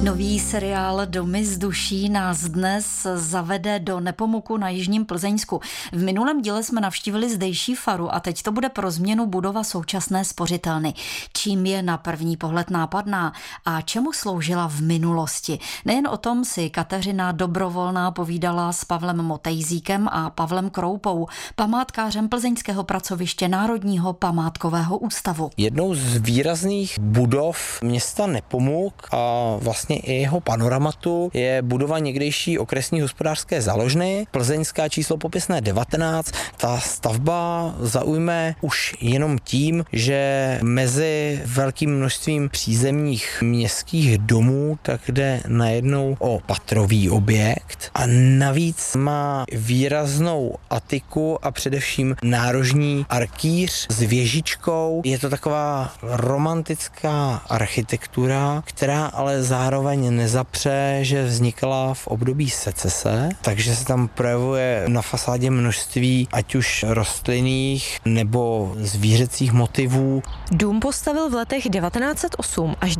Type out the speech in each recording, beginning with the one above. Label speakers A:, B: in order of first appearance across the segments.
A: Nový seriál Domy z duší nás dnes zavede do Nepomuku na jižním Plzeňsku. V minulém díle jsme navštívili zdejší faru a teď to bude pro změnu budova současné spořitelny. Čím je na první pohled nápadná a čemu sloužila v minulosti? Nejen o tom si Kateřina Dobrovolná povídala s Pavlem Motejzíkem a Pavlem Kroupou, památkářem plzeňského pracoviště Národního památkového ústavu.
B: Jednou z výrazných budov města Nepomuk a vlastně i jeho panoramatu je budova někdejší okresní hospodářské záložny, plzeňská číslo popisné 19. Ta stavba zaujme už jenom tím, že mezi velkým množstvím přízemních městských domů tak jde najednou o patrový objekt a navíc má výraznou atiku a především nárožní arkýř s věžičkou. Je to taková romantická architektura, která ale zároveň nezapře, že vznikala v období secese, takže se tam projevuje na fasádě množství ať už rostlinných nebo zvířecích motivů.
C: Dům postavil v letech 1908 až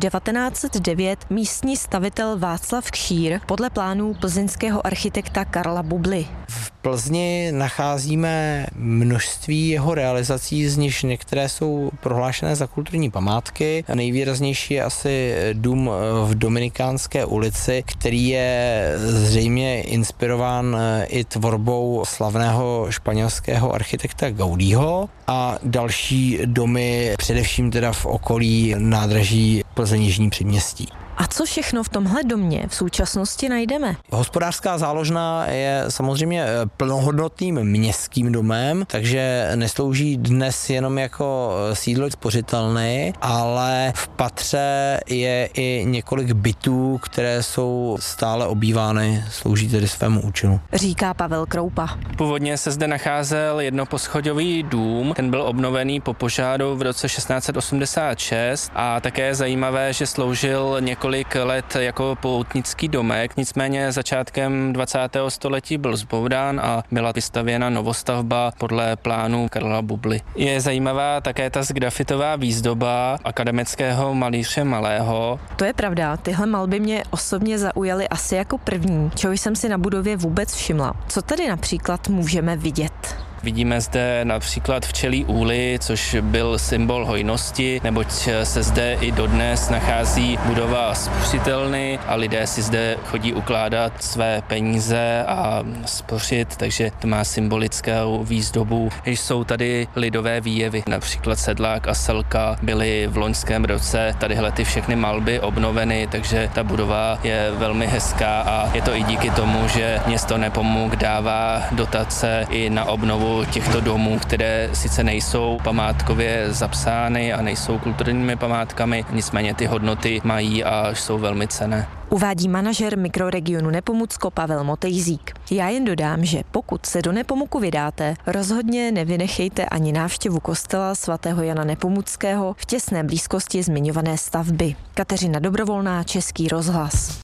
C: 1909 místní stavitel Václav Kšír podle plánů plzeňského architekta Karla Bubly.
B: V Plzni nacházíme množství jeho realizací, z nichž některé jsou prohlášené za kulturní památky. Nejvýraznější je asi dům v Dominikánské ulici, který je zřejmě inspirován i tvorbou slavného španělského architekta Gaudího a další domy především teda v okolí nádraží Plzeň Jižní Předměstí.
C: A co všechno v tomhle domě v současnosti najdeme?
B: Hospodářská záložna je samozřejmě plnohodnotným městským domem, takže neslouží dnes jenom jako sídlo spořitelny, ale v patře je i několik bytů, které jsou stále obývány, slouží tedy svému účelu.
C: Říká Pavel Kroupa.
D: Původně se zde nacházel jednoposchodový dům, ten byl obnovený po požáru v roce 1686 a také je zajímavé, že sloužil několik let jako poutnický domek, nicméně začátkem 20. století byl zbourán a byla vystavěna novostavba podle plánu Karla Bubly. Je zajímavá také ta grafitová výzdoba akademického malíře Malého.
C: To je pravda, tyhle malby mě osobně zaujaly asi jako první, čeho jsem si na budově vůbec všimla. Co tady například můžeme vidět?
D: Vidíme zde například včelí úly, což byl symbol hojnosti, neboť se zde i dodnes nachází budova spořitelny a lidé si zde chodí ukládat své peníze a spořit, takže to má symbolickou výzdobu. Jsou tady lidové výjevy, například sedlák a selka byly v loňském roce tadyhle ty všechny malby obnoveny, takže ta budova je velmi hezká a je to i díky tomu, že město Nepomuk dává dotace i na obnovu těchto domů, které sice nejsou památkově zapsány a nejsou kulturními památkami, nicméně ty hodnoty mají a jsou velmi cenné.
C: Uvádí manažer mikroregionu Nepomucko Pavel Motejzík. Já jen dodám, že pokud se do Nepomuku vydáte, rozhodně nevynechejte ani návštěvu kostela svatého Jana Nepomuckého v těsné blízkosti zmiňované stavby. Kateřina Dobrovolná, Český rozhlas.